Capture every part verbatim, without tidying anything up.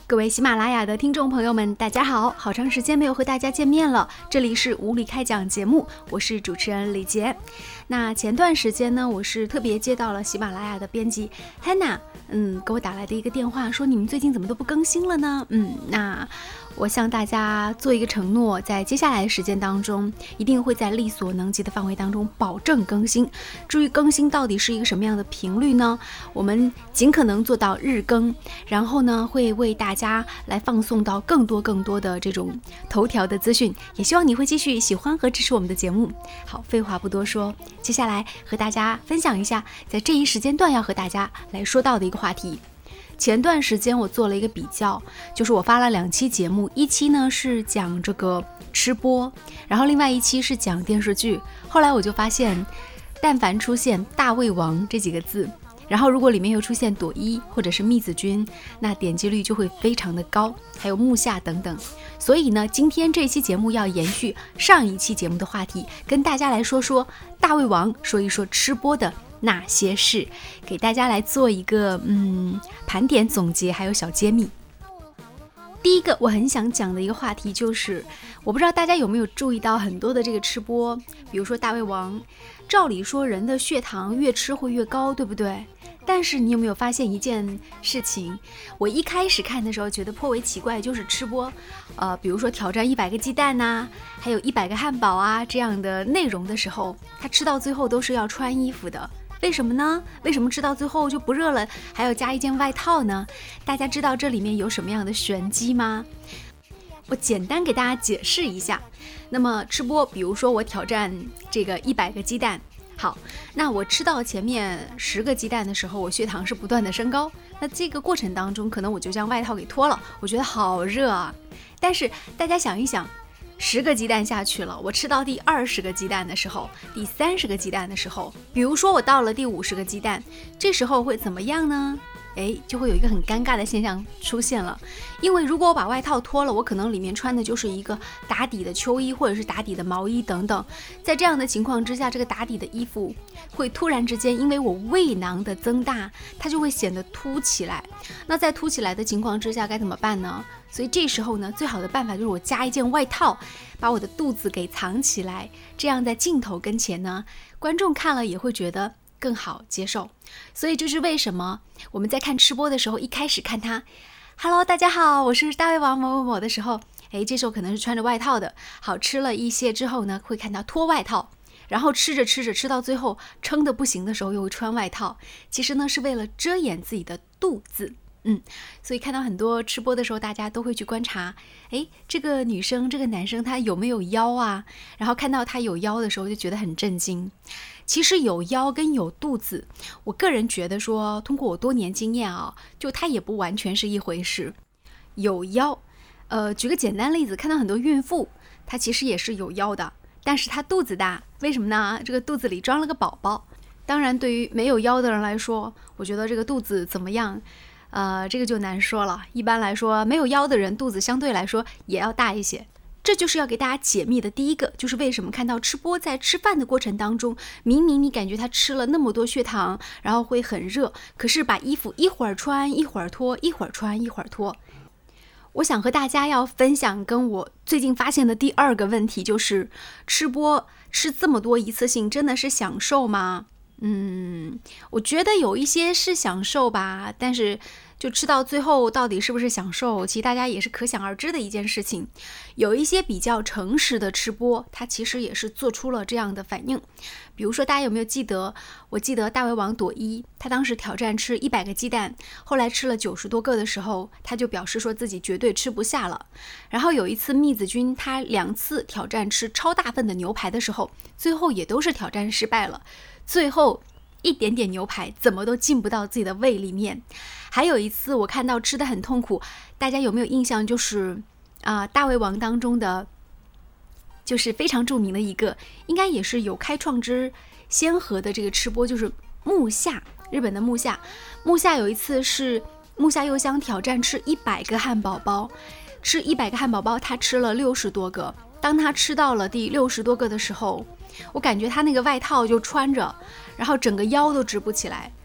各位喜马拉雅的听众朋友们，大家好，好长时间没有和大家见面了。这里是无理开讲节目，我是主持人李杰。那前段时间呢，我是特别接到了喜马拉雅的编辑 Hannah， 嗯，给我打来的一个电话，说你们最近怎么都不更新了呢？嗯，那我向大家做一个承诺，在接下来的时间当中，一定会在力所能及的范围当中保证更新。至于更新到底是一个什么样的频率呢？我们尽可能做到日更，然后呢，会为大家来放送到更多更多的这种头条的资讯，也希望你会继续喜欢和支持我们的节目。好，废话不多说，接下来和大家分享一下，在这一时间段要和大家来说到的一个话题。前段时间我做了一个比较，就是我发了两期节目，一期呢是讲这个吃播，然后另外一期是讲电视剧。后来我就发现，但凡出现大胃王这几个字，然后如果里面又出现朵衣或者是密子君，那点击率就会非常的高，还有木下等等。所以呢，今天这期节目要延续上一期节目的话题，跟大家来说说大胃王，说一说吃播的那些事，给大家来做一个嗯盘点总结，还有小揭秘。第一个我很想讲的一个话题就是，我不知道大家有没有注意到很多的这个吃播，比如说大胃王，照理说人的血糖越吃会越高，对不对？但是你有没有发现一件事情？我一开始看的时候觉得颇为奇怪，就是吃播，呃，比如说挑战一百个鸡蛋呐、啊，还有一百个汉堡啊这样的内容的时候，他吃到最后都是要穿衣服的。为什么呢？为什么吃到最后就不热了，还要加一件外套呢？大家知道这里面有什么样的玄机吗？我简单给大家解释一下。那么吃播，比如说我挑战这个一百个鸡蛋，好，那我吃到前面十个鸡蛋的时候，我血糖是不断的升高，那这个过程当中，可能我就将外套给脱了，我觉得好热啊。但是大家想一想，十个鸡蛋下去了，我吃到第二十个鸡蛋的时候，第三十个鸡蛋的时候，比如说我到了第五十个鸡蛋，这时候会怎么样呢？哎，就会有一个很尴尬的现象出现了。因为如果我把外套脱了，我可能里面穿的就是一个打底的秋衣或者是打底的毛衣等等，在这样的情况之下，这个打底的衣服会突然之间因为我胃囊的增大，它就会显得凸起来。那在凸起来的情况之下该怎么办呢？所以这时候呢，最好的办法就是我加一件外套，把我的肚子给藏起来，这样在镜头跟前呢，观众看了也会觉得更好接受。所以这是为什么我们在看吃播的时候，一开始看他 Hello 大家好，我是大胃王某某某的时候，诶，这时候可能是穿着外套的。好，吃了一些之后呢，会看他脱外套，然后吃着吃着吃到最后撑得不行的时候又会穿外套，其实呢是为了遮掩自己的肚子。嗯，所以看到很多吃播的时候，大家都会去观察，诶，这个女生这个男生他有没有腰啊？然后看到他有腰的时候就觉得很震惊。其实有腰跟有肚子，我个人觉得说，通过我多年经验啊，就它也不完全是一回事。有腰，呃，举个简单例子，看到很多孕妇，她其实也是有腰的，但是她肚子大，为什么呢？这个肚子里装了个宝宝。当然，对于没有腰的人来说，我觉得这个肚子怎么样？呃，这个就难说了。一般来说，没有腰的人肚子相对来说也要大一些。这就是要给大家解密的第一个，就是为什么看到吃播在吃饭的过程当中，明明你感觉他吃了那么多血糖，然后会很热，可是把衣服一会儿穿一会儿脱，一会儿穿一会儿脱。我想和大家要分享跟我最近发现的第二个问题，就是吃播吃这么多一次性真的是享受吗？嗯，我觉得有一些是享受吧，但是就吃到最后到底是不是享受，其实大家也是可想而知的一件事情。有一些比较诚实的吃播，他其实也是做出了这样的反应。比如说大家有没有记得，我记得大胃王朵衣，他当时挑战吃一百个鸡蛋，后来吃了九十多个的时候，他就表示说自己绝对吃不下了。然后有一次密子君他两次挑战吃超大份的牛排的时候，最后也都是挑战失败了，最后一点点牛排怎么都进不到自己的胃里面。还有一次我看到吃得很痛苦，大家有没有印象，就是啊、呃，大胃王当中的就是非常著名的一个，应该也是有开创之先河的这个吃播，就是木下，日本的木下。木下有一次是木下佑香挑战吃一百个汉堡包，吃一百个汉堡包，他吃了六十多个。当他吃到了第六十多个的时候，我感觉他那个外套就穿着，然后整个腰都直不起来，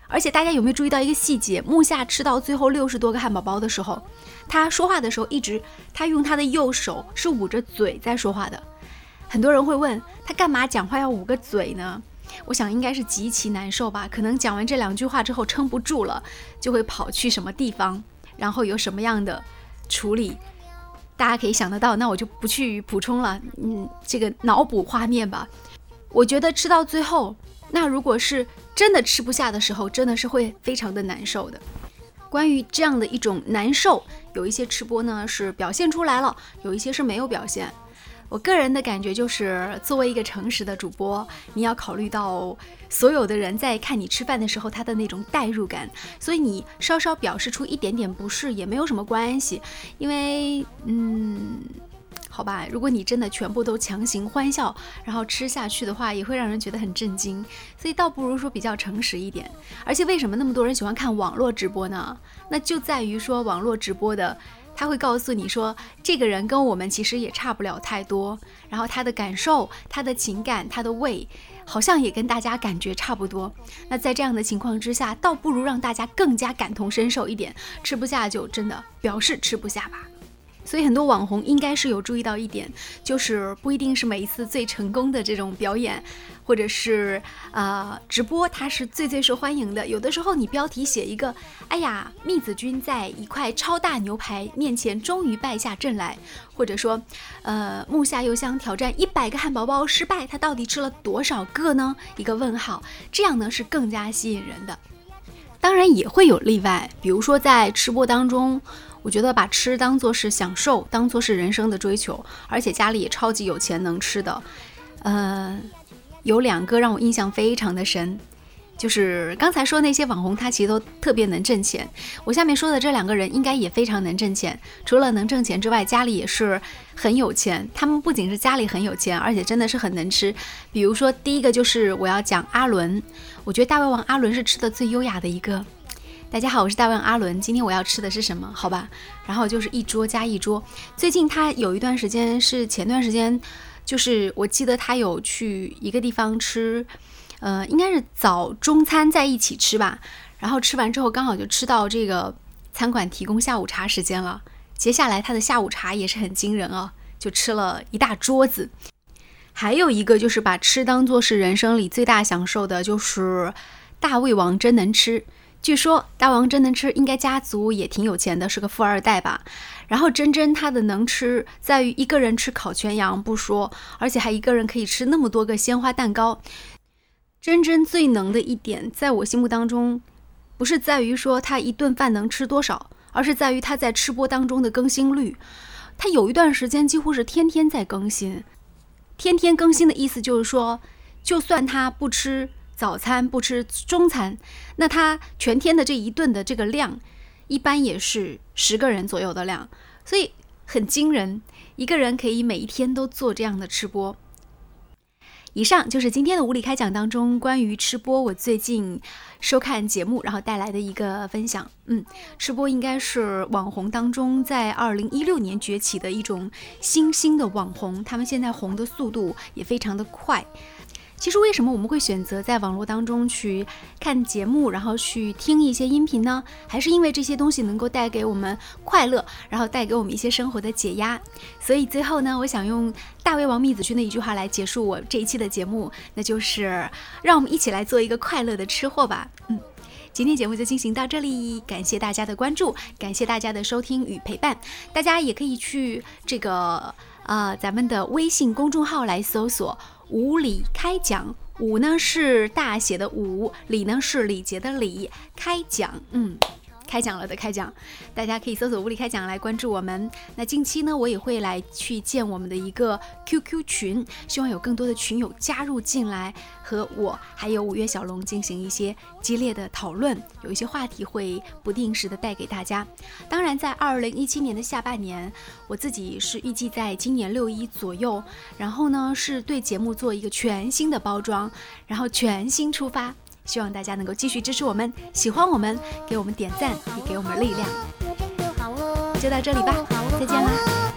而且大家有没有注意到一个细节，木夏吃到最后六十多个汉堡包的时候，他说话的时候一直他用他的右手是捂着嘴在说话的。很多人会问他干嘛讲话要捂个嘴呢？我想应该是极其难受吧，可能讲完这两句话之后撑不住了，就会跑去什么地方，然后有什么样的处理，大家可以想得到，那我就不去补充了。嗯，这个脑补画面吧。我觉得吃到最后，那如果是真的吃不下的时候，真的是会非常的难受的。关于这样的一种难受，有一些吃播呢是表现出来了，有一些是没有表现。我个人的感觉就是，作为一个诚实的主播，你要考虑到所有的人在看你吃饭的时候他的那种代入感，所以你稍稍表示出一点点不适也没有什么关系，因为嗯好吧，如果你真的全部都强行欢笑然后吃下去的话，也会让人觉得很震惊，所以倒不如说比较诚实一点。而且为什么那么多人喜欢看网络直播呢？那就在于说网络直播的他会告诉你说，这个人跟我们其实也差不了太多，然后他的感受、他的情感、他的胃好像也跟大家感觉差不多。那在这样的情况之下，倒不如让大家更加感同身受一点，吃不下就真的表示吃不下吧。所以很多网红应该是有注意到一点，就是不一定是每一次最成功的这种表演或者是呃直播它是最最受欢迎的。有的时候你标题写一个，哎呀，密子君在一块超大牛排面前终于败下阵来，或者说呃木下佑香挑战一百个汉堡包失败，他到底吃了多少个呢？一个问号，这样呢是更加吸引人的。当然也会有例外，比如说在吃播当中，我觉得把吃当作是享受，当作是人生的追求，而且家里也超级有钱能吃的，呃，有两个让我印象非常的深，就是刚才说那些网红他其实都特别能挣钱，我下面说的这两个人应该也非常能挣钱，除了能挣钱之外，家里也是很有钱，他们不仅是家里很有钱，而且真的是很能吃。比如说第一个就是我要讲阿伦，我觉得大胃王阿伦是吃的最优雅的一个。大家好，我是大胃王阿伦，今天我要吃的是什么？好吧，然后就是一桌加一桌。最近他有一段时间是前段时间，就是我记得他有去一个地方吃，呃，应该是早中餐在一起吃吧。然后吃完之后刚好就吃到这个餐馆提供下午茶时间了。接下来他的下午茶也是很惊人啊，就吃了一大桌子。还有一个就是把吃当作是人生里最大享受的，就是大胃王真能吃。据说大王真能吃，应该家族也挺有钱的，是个富二代吧。然后真真他的能吃在于一个人吃烤全羊不说，而且还一个人可以吃那么多个鲜花蛋糕。真真最能的一点在我心目当中，不是在于说他一顿饭能吃多少，而是在于他在吃播当中的更新率。他有一段时间几乎是天天在更新，天天更新的意思就是说，就算他不吃早餐不吃中餐，那他全天的这一顿的这个量一般也是十个人左右的量，所以很惊人，一个人可以每一天都做这样的吃播。以上就是今天的无理开讲当中关于吃播我最近收看节目然后带来的一个分享。嗯，吃播应该是网红当中在二零一六年崛起的一种新兴的网红，他们现在红的速度也非常的快。其实为什么我们会选择在网络当中去看节目，然后去听一些音频呢？还是因为这些东西能够带给我们快乐，然后带给我们一些生活的解压。所以最后呢，我想用大胃王密子君的一句话来结束我这一期的节目，那就是让我们一起来做一个快乐的吃货吧。嗯，今天节目就进行到这里，感谢大家的关注，感谢大家的收听与陪伴。大家也可以去这个呃咱们的微信公众号来搜索无理开讲，五呢是大写的五，礼呢是礼节的礼，开讲，嗯，开讲了的开讲，大家可以搜索无理开讲来关注我们。那近期呢，我也会来去建我们的一个 Q Q 群，希望有更多的群友加入进来，和我还有五月小龙进行一些激烈的讨论，有一些话题会不定时的带给大家。当然在二零一七年的下半年，我自己是预计在今年六一左右，然后呢是对节目做一个全新的包装，然后全新出发，希望大家能够继续支持我们，喜欢我们，给我们点赞，也给我们力量。就到这里吧，再见啦！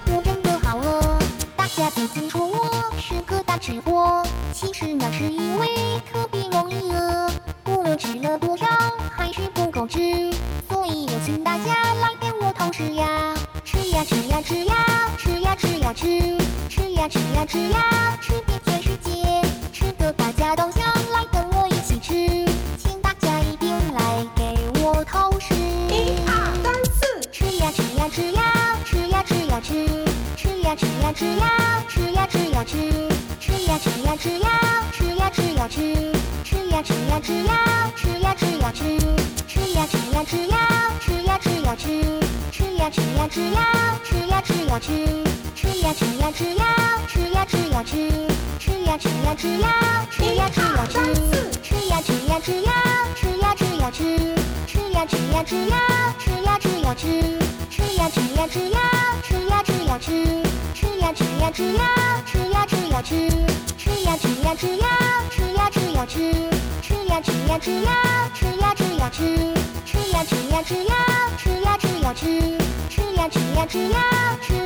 大家别听说我是个大吃货，其实那是因为特别容易饿，无论吃了多少吃，吃呀吃呀吃呀，吃遍全世界，吃得大家都想来跟我一起吃，请大家一并来给我投食。 一二三四， 吃呀吃呀吃呀，吃呀吃呀吃，吃呀吃呀吃呀，吃呀吃呀吃，吃呀吃呀吃呀，吃呀吃呀吃，吃呀吃呀吃呀，吃呀吃呀吃，吃呀吃呀吃呀，吃呀吃呀吃，吃呀吃呀吃呀，吃呀吃呀吃，吃呀吃呀吃呀，吃呀吃呀吃，吃呀吃呀吃呀，吃呀吃呀吃，吃呀吃呀吃呀，吃呀吃呀吃，吃呀吃呀吃呀，吃呀吃呀吃，吃呀吃呀吃呀，吃呀吃呀吃，吃呀吃呀吃呀，吃呀吃呀吃，吃呀吃呀吃呀，吃呀吃呀吃，吃呀吃呀吃呀，吃呀吃呀吃，吃呀吃呀吃呀，吃呀吃呀吃，吃呀吃呀吃呀，吃